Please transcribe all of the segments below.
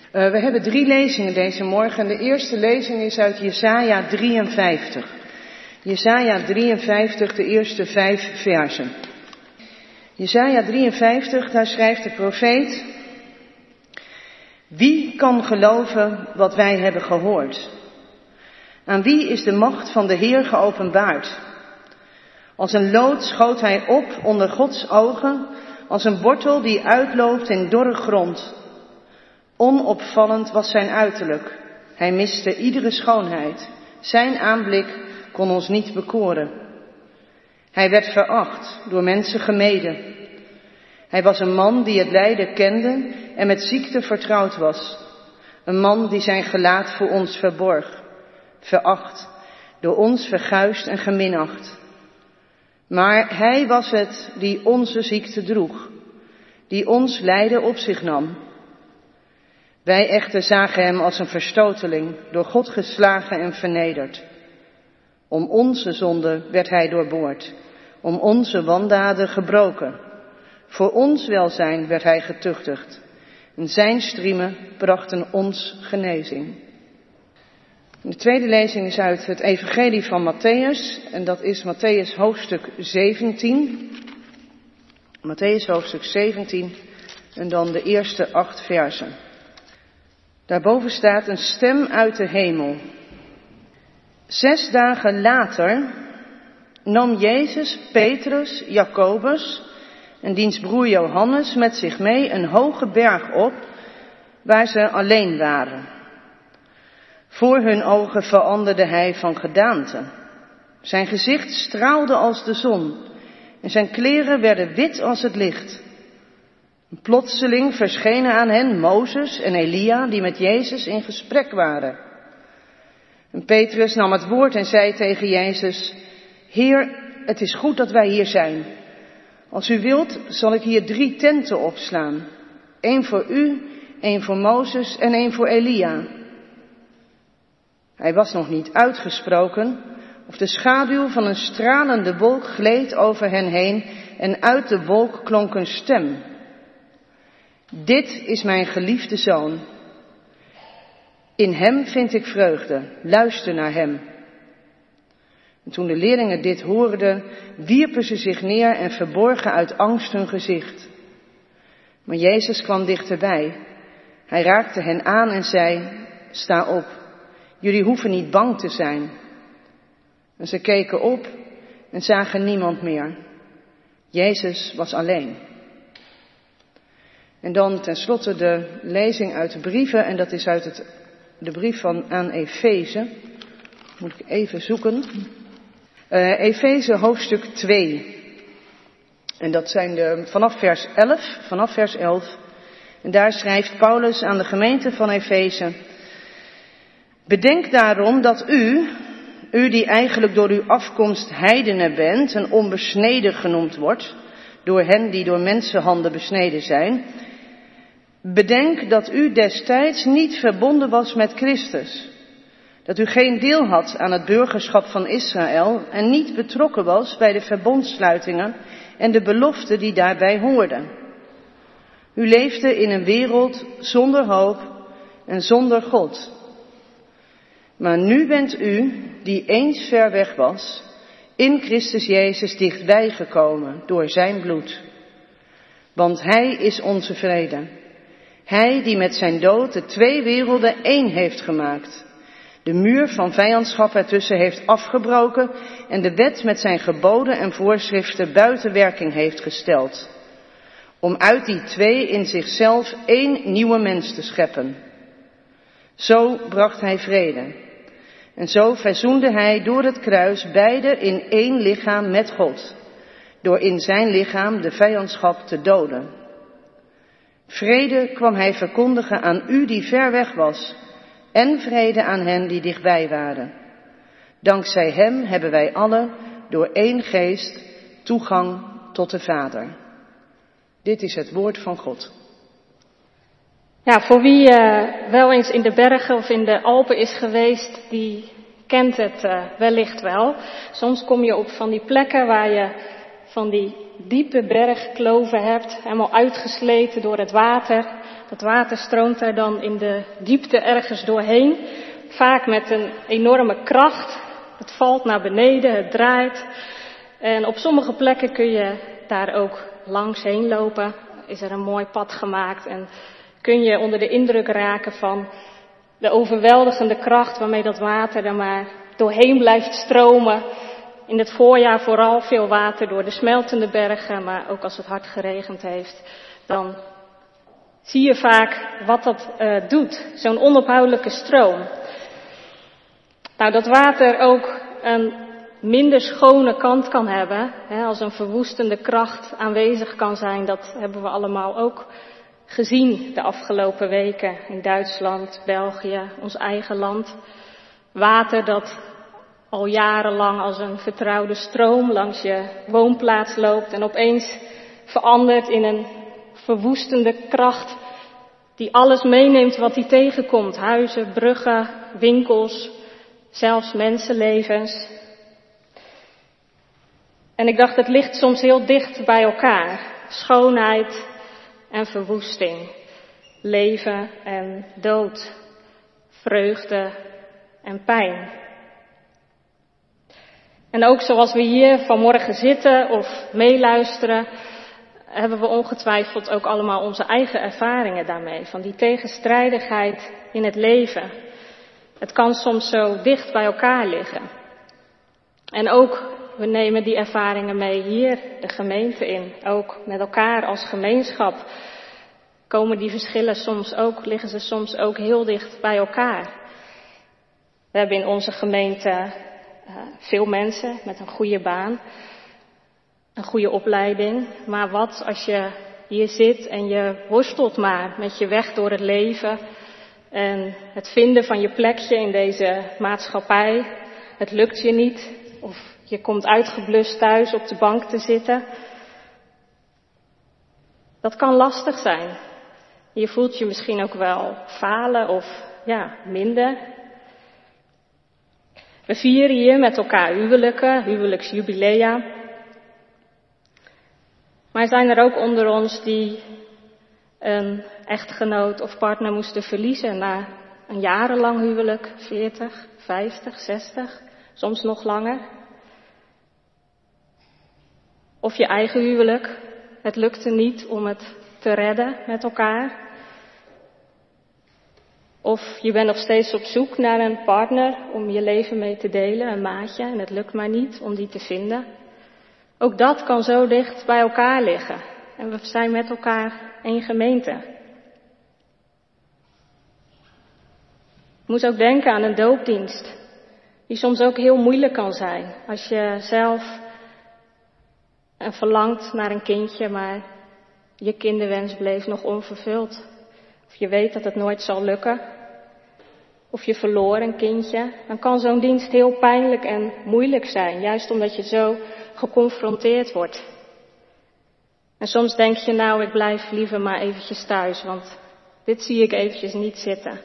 We hebben 3 lezingen deze morgen. En de eerste lezing is uit Jesaja 53. Jesaja 53, de eerste 5 versen. Jesaja 53, daar schrijft de profeet: Wie kan geloven wat wij hebben gehoord? Aan wie is de macht van de Heer geopenbaard? Als een lood schoot hij op onder Gods ogen, als een wortel die uitloopt in dorre grond. Onopvallend was zijn uiterlijk. Hij miste iedere schoonheid. Zijn aanblik kon ons niet bekoren. Hij werd veracht, door mensen gemeden. Hij was een man die het lijden kende en met ziekte vertrouwd was. Een man die zijn gelaat voor ons verborg. Veracht, door ons verguisd en geminacht. Maar hij was het die onze ziekte droeg, die ons lijden op zich nam. Wij echter zagen hem als een verstoteling, door God geslagen en vernederd. Om onze zonde werd hij doorboord, om onze wandaden gebroken. Voor ons welzijn werd hij getuchtigd, en zijn striemen brachten ons genezing. De tweede lezing is uit het evangelie van Matthäus, en dat is Matthäus hoofdstuk 17. Matthäus hoofdstuk 17, en dan de eerste 8 versen. Daarboven staat: een stem uit de hemel. 6 dagen later nam Jezus Petrus, Jacobus en diens broer Johannes met zich mee een hoge berg op, waar ze alleen waren. Voor hun ogen veranderde hij van gedaante. Zijn gezicht straalde als de zon en zijn kleren werden wit als het licht. Plotseling verschenen aan hen Mozes en Elia, die met Jezus in gesprek waren. En Petrus nam het woord en zei tegen Jezus: Heer, het is goed dat wij hier zijn. Als u wilt, zal ik hier 3 tenten opslaan. 1 voor u, 1 voor Mozes en 1 voor Elia. Hij was nog niet uitgesproken, of de schaduw van een stralende wolk gleed over hen heen en uit de wolk klonk een stem. Dit is mijn geliefde zoon. In hem vind ik vreugde. Luister naar hem. En toen de leerlingen dit hoorden, wierpen ze zich neer en verborgen uit angst hun gezicht. Maar Jezus kwam dichterbij. Hij raakte hen aan en zei: Sta op. Jullie hoeven niet bang te zijn. En ze keken op en zagen niemand meer. Jezus was alleen. En dan tenslotte de lezing uit de brieven, en dat is uit de brief aan Efeze. Moet ik even zoeken. Efeze hoofdstuk 2. En dat zijn vanaf vers 11. En daar schrijft Paulus aan de gemeente van Efeze: Bedenk daarom dat u die eigenlijk door uw afkomst heidenen bent en onbesneden genoemd wordt, door hen die door mensenhanden besneden zijn. Bedenk dat u destijds niet verbonden was met Christus. Dat u geen deel had aan het burgerschap van Israël en niet betrokken was bij de verbondssluitingen en de beloften die daarbij hoorden. U leefde in een wereld zonder hoop en zonder God. Maar nu bent u, die eens ver weg was, in Christus Jezus dichtbij gekomen door zijn bloed. Want hij is onze vrede. Hij die met zijn dood de 2 werelden 1 heeft gemaakt. De muur van vijandschap ertussen heeft afgebroken en de wet met zijn geboden en voorschriften buiten werking heeft gesteld. Om uit die 2 in zichzelf 1 nieuwe mens te scheppen. Zo bracht hij vrede. En zo verzoende hij door het kruis beide in 1 lichaam met God. Door in zijn lichaam de vijandschap te doden. Vrede kwam hij verkondigen aan u die ver weg was. En vrede aan hen die dichtbij waren. Dankzij hem hebben wij allen door 1 geest toegang tot de Vader. Dit is het woord van God. Ja, voor wie wel eens in de bergen of in de Alpen is geweest, die kent het wellicht wel. Soms kom je op van die plekken waar je van die diepe bergkloven hebt, helemaal uitgesleten door het water, Dat water stroomt er dan in de diepte ergens doorheen. Vaak met een enorme kracht. Het valt naar beneden, het draait. En op sommige plekken kun je daar ook langs heen lopen. Is er een mooi pad gemaakt en kun je onder de indruk raken van de overweldigende kracht waarmee dat water er maar doorheen blijft stromen. In het voorjaar vooral veel water door de smeltende bergen, maar ook als het hard geregend heeft. Dan zie je vaak wat dat doet, zo'n onophoudelijke stroom. Nou, dat water ook een minder schone kant kan hebben, als een verwoestende kracht aanwezig kan zijn, dat hebben we allemaal ook gezien de afgelopen weken in Duitsland, België, ons eigen land. Water dat al jarenlang als een vertrouwde stroom langs je woonplaats loopt en opeens verandert in een verwoestende kracht die alles meeneemt wat die tegenkomt. Huizen, bruggen, winkels, zelfs mensenlevens. En ik dacht, het ligt soms heel dicht bij elkaar. Schoonheid en verwoesting. Leven en dood. Vreugde en pijn. En ook zoals we hier vanmorgen zitten of meeluisteren, hebben we ongetwijfeld ook allemaal onze eigen ervaringen daarmee. Van die tegenstrijdigheid in het leven. Het kan soms zo dicht bij elkaar liggen. En ook, we nemen die ervaringen mee hier de gemeente in. Ook met elkaar als gemeenschap komen die verschillen soms ook, liggen ze soms ook heel dicht bij elkaar. We hebben in onze gemeente veel mensen met een goede baan, een goede opleiding. Maar wat als je hier zit en je worstelt maar met je weg door het leven en het vinden van je plekje in deze maatschappij. Het lukt je niet of je komt uitgeblust thuis op de bank te zitten. Dat kan lastig zijn. Je voelt je misschien ook wel falen of minder. We vieren hier met elkaar huwelijken, huwelijksjubilea. Maar zijn er ook onder ons die een echtgenoot of partner moesten verliezen na een jarenlang huwelijk, 40, 50, 60, soms nog langer? Of je eigen huwelijk, het lukte niet om het te redden met elkaar. Of je bent nog steeds op zoek naar een partner om je leven mee te delen, een maatje, en het lukt maar niet om die te vinden. Ook dat kan zo dicht bij elkaar liggen. En we zijn met elkaar één gemeente. Ik moet ook denken aan een doopdienst, die soms ook heel moeilijk kan zijn. Als je zelf verlangt naar een kindje, maar je kinderwens bleef nog onvervuld. Of je weet dat het nooit zal lukken. Of je verloor een kindje. Dan kan zo'n dienst heel pijnlijk en moeilijk zijn. Juist omdat je zo geconfronteerd wordt. En soms denk je, nou, ik blijf liever maar eventjes thuis, want dit zie ik eventjes niet zitten.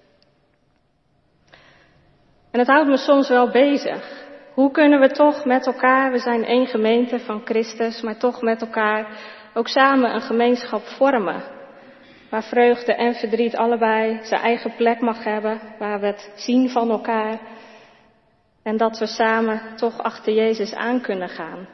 En het houdt me soms wel bezig. Hoe kunnen we toch met elkaar, we zijn één gemeente van Christus, maar toch met elkaar ook samen een gemeenschap vormen. Waar vreugde en verdriet allebei zijn eigen plek mag hebben, waar we het zien van elkaar. En dat we samen toch achter Jezus aan kunnen gaan.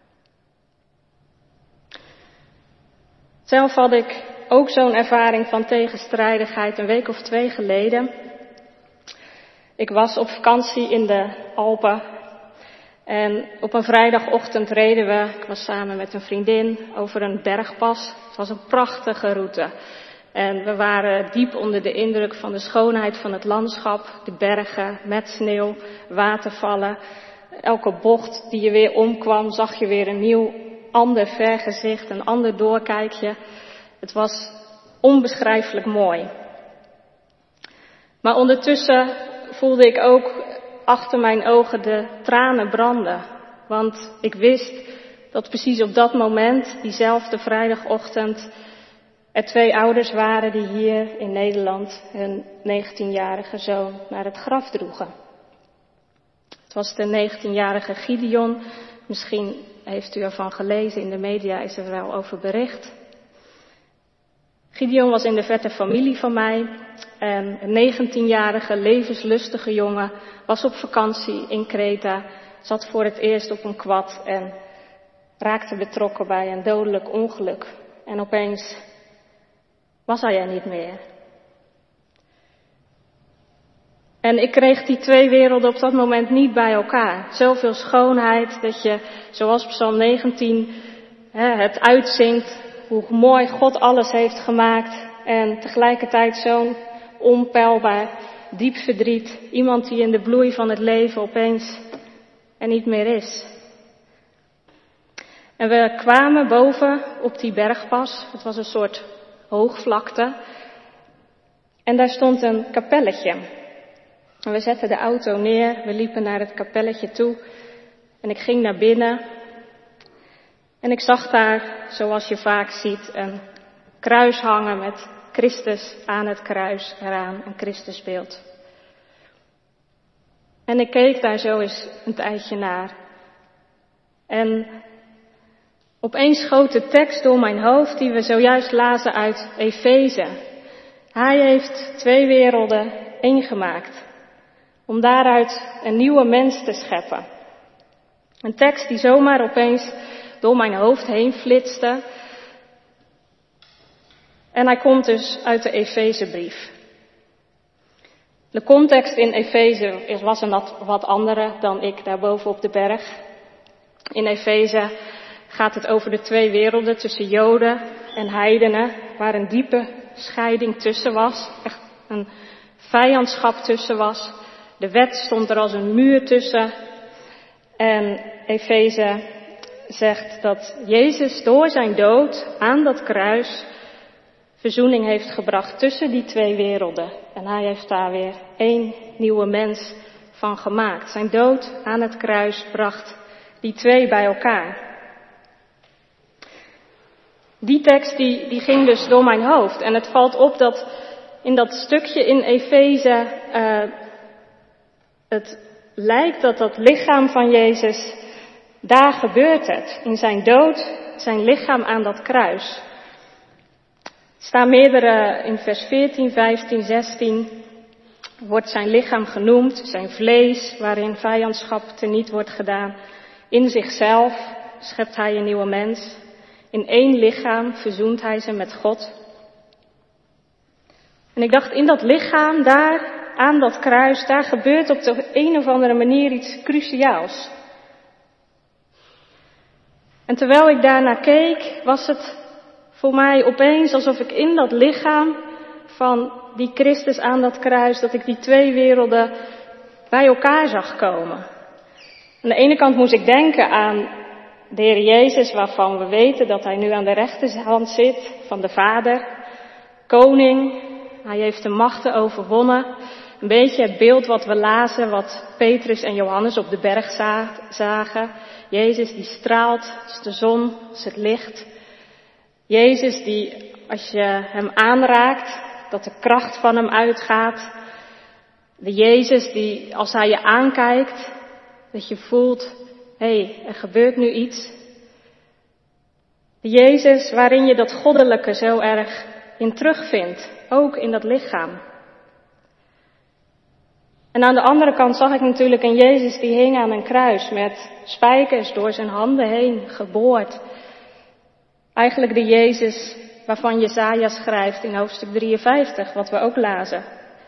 Zelf had ik ook zo'n ervaring van tegenstrijdigheid een week of 2 geleden. Ik was op vakantie in de Alpen. En op een vrijdagochtend reden we, ik was samen met een vriendin, over een bergpas. Het was een prachtige route. En we waren diep onder de indruk van de schoonheid van het landschap. De bergen met sneeuw, watervallen. Elke bocht die je weer omkwam, zag je weer een nieuw, ander vergezicht, een ander doorkijkje. Het was onbeschrijfelijk mooi. Maar ondertussen voelde ik ook achter mijn ogen de tranen branden. Want ik wist dat precies op dat moment, diezelfde vrijdagochtend, er 2 ouders waren die hier in Nederland hun 19-jarige zoon naar het graf droegen. Het was de 19-jarige Gideon. Misschien heeft u ervan gelezen, in de media is er wel over bericht. Gideon was in de verte familie van mij en een 19-jarige levenslustige jongen was op vakantie in Kreta, zat voor het eerst op een quad en raakte betrokken bij een dodelijk ongeluk. En opeens was hij er niet meer. En ik kreeg die twee werelden op dat moment niet bij elkaar. Zoveel schoonheid dat je, zoals Psalm 19, het uitzingt, hoe mooi God alles heeft gemaakt. En tegelijkertijd zo'n onpeilbaar, diep verdriet. Iemand die in de bloei van het leven opeens er niet meer is. En we kwamen boven op die bergpas. Het was een soort hoogvlakte. En daar stond een kapelletje. En we zetten de auto neer, we liepen naar het kapelletje toe. En ik ging naar binnen. En ik zag daar, zoals je vaak ziet, een kruis hangen met Christus aan het kruis eraan, een Christusbeeld. En ik keek daar zo eens een tijdje naar. En opeens schoot de tekst door mijn hoofd die we zojuist lazen uit Efeze. Hij heeft twee werelden één gemaakt. Om daaruit een nieuwe mens te scheppen. Een tekst die zomaar opeens door mijn hoofd heen flitste. En hij komt dus uit de Efezebrief. De context in Efeze was een wat andere dan ik daarboven op de berg. In Efeze gaat het over de twee werelden tussen Joden en heidenen, waar een diepe scheiding tussen was, echt een vijandschap tussen was. De wet stond er als een muur tussen. En Efeze zegt dat Jezus door zijn dood aan dat kruis verzoening heeft gebracht tussen die twee werelden. En hij heeft daar weer één nieuwe mens van gemaakt. Zijn dood aan het kruis bracht die twee bij elkaar. Die tekst die ging dus door mijn hoofd. En het valt op dat in dat stukje in Efeze het lijkt dat lichaam van Jezus, daar gebeurt het. In zijn dood, zijn lichaam aan dat kruis. Er staan meerdere, in vers 14, 15, 16, wordt zijn lichaam genoemd, zijn vlees, waarin vijandschap teniet wordt gedaan. In zichzelf schept hij een nieuwe mens. In één lichaam verzoent hij ze met God. En ik dacht, in dat lichaam, daar aan dat kruis, daar gebeurt op de een of andere manier iets cruciaals. En terwijl ik daarnaar keek, was het voor mij opeens alsof ik in dat lichaam van die Christus aan dat kruis, dat ik die twee werelden bij elkaar zag komen. Aan de ene kant moest ik denken aan de Heer Jezus, waarvan we weten dat hij nu aan de rechterhand zit van de Vader. Koning, hij heeft de machten overwonnen. Een beetje het beeld wat we lazen, wat Petrus en Johannes op de berg zagen. Jezus die straalt als de zon, als het licht. Jezus die, als je hem aanraakt, dat de kracht van hem uitgaat. De Jezus die, als hij je aankijkt, dat je voelt, hé, er gebeurt nu iets. De Jezus waarin je dat goddelijke zo erg in terugvindt, ook in dat lichaam. En aan de andere kant zag ik natuurlijk een Jezus die hing aan een kruis met spijkers door zijn handen heen geboord. Eigenlijk de Jezus waarvan Jesaja schrijft in hoofdstuk 53, wat we ook lazen.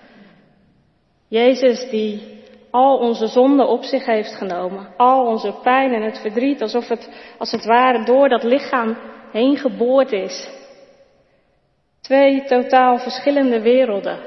Jezus die al onze zonden op zich heeft genomen, al onze pijn en het verdriet, alsof het als het ware door dat lichaam heen geboord is. Twee totaal verschillende werelden.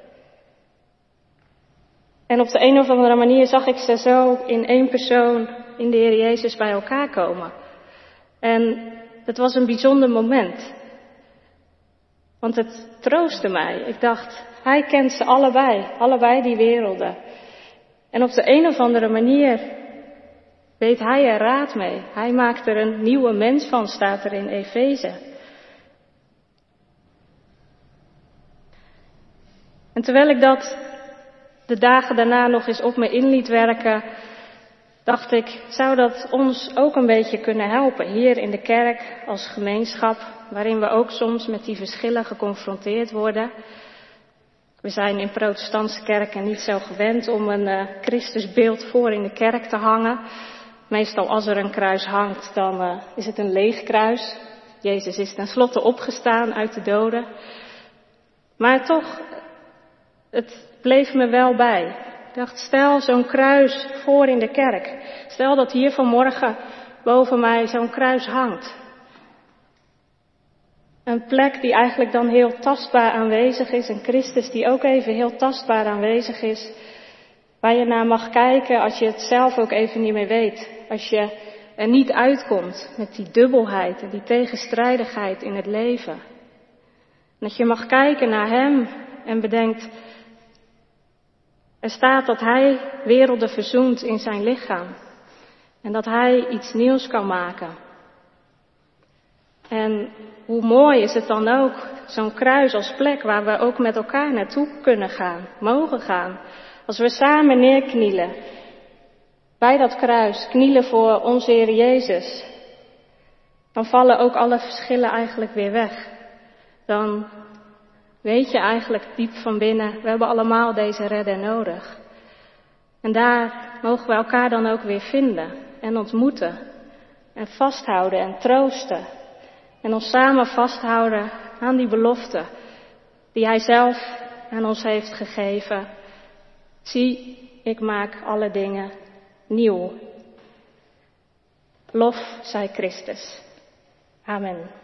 En op de een of andere manier zag ik ze zo in één persoon, in de Heer Jezus, bij elkaar komen. En het was een bijzonder moment. Want het troostte mij. Ik dacht, hij kent ze allebei die werelden. En op de een of andere manier weet hij er raad mee. Hij maakt er een nieuwe mens van, staat er in Efeze. En terwijl ik dat de dagen daarna nog eens op me in liet werken, dacht ik, zou dat ons ook een beetje kunnen helpen hier in de kerk als gemeenschap, waarin we ook soms met die verschillen geconfronteerd worden. We zijn in protestantse kerken niet zo gewend om een Christusbeeld voor in de kerk te hangen. Meestal als er een kruis hangt, dan is het een leeg kruis. Jezus is tenslotte opgestaan uit de doden. Maar toch, het bleef me wel bij. Ik dacht, stel zo'n kruis voor in de kerk. Stel dat hier vanmorgen boven mij zo'n kruis hangt. Een plek die eigenlijk dan heel tastbaar aanwezig is. Een Christus die ook even heel tastbaar aanwezig is. Waar je naar mag kijken als je het zelf ook even niet meer weet. Als je er niet uitkomt met die dubbelheid en die tegenstrijdigheid in het leven. En dat je mag kijken naar hem en bedenkt, er staat dat hij werelden verzoent in zijn lichaam. En dat hij iets nieuws kan maken. En hoe mooi is het dan ook, zo'n kruis als plek waar we ook met elkaar naartoe kunnen gaan, mogen gaan. Als we samen neerknielen, bij dat kruis, knielen voor onze Heer Jezus, dan vallen ook alle verschillen eigenlijk weer weg. Dan weet je eigenlijk diep van binnen, we hebben allemaal deze redder nodig. En daar mogen we elkaar dan ook weer vinden en ontmoeten en vasthouden en troosten. En ons samen vasthouden aan die belofte die hij zelf aan ons heeft gegeven. Zie, ik maak alle dingen nieuw. Lof zij Christus. Amen.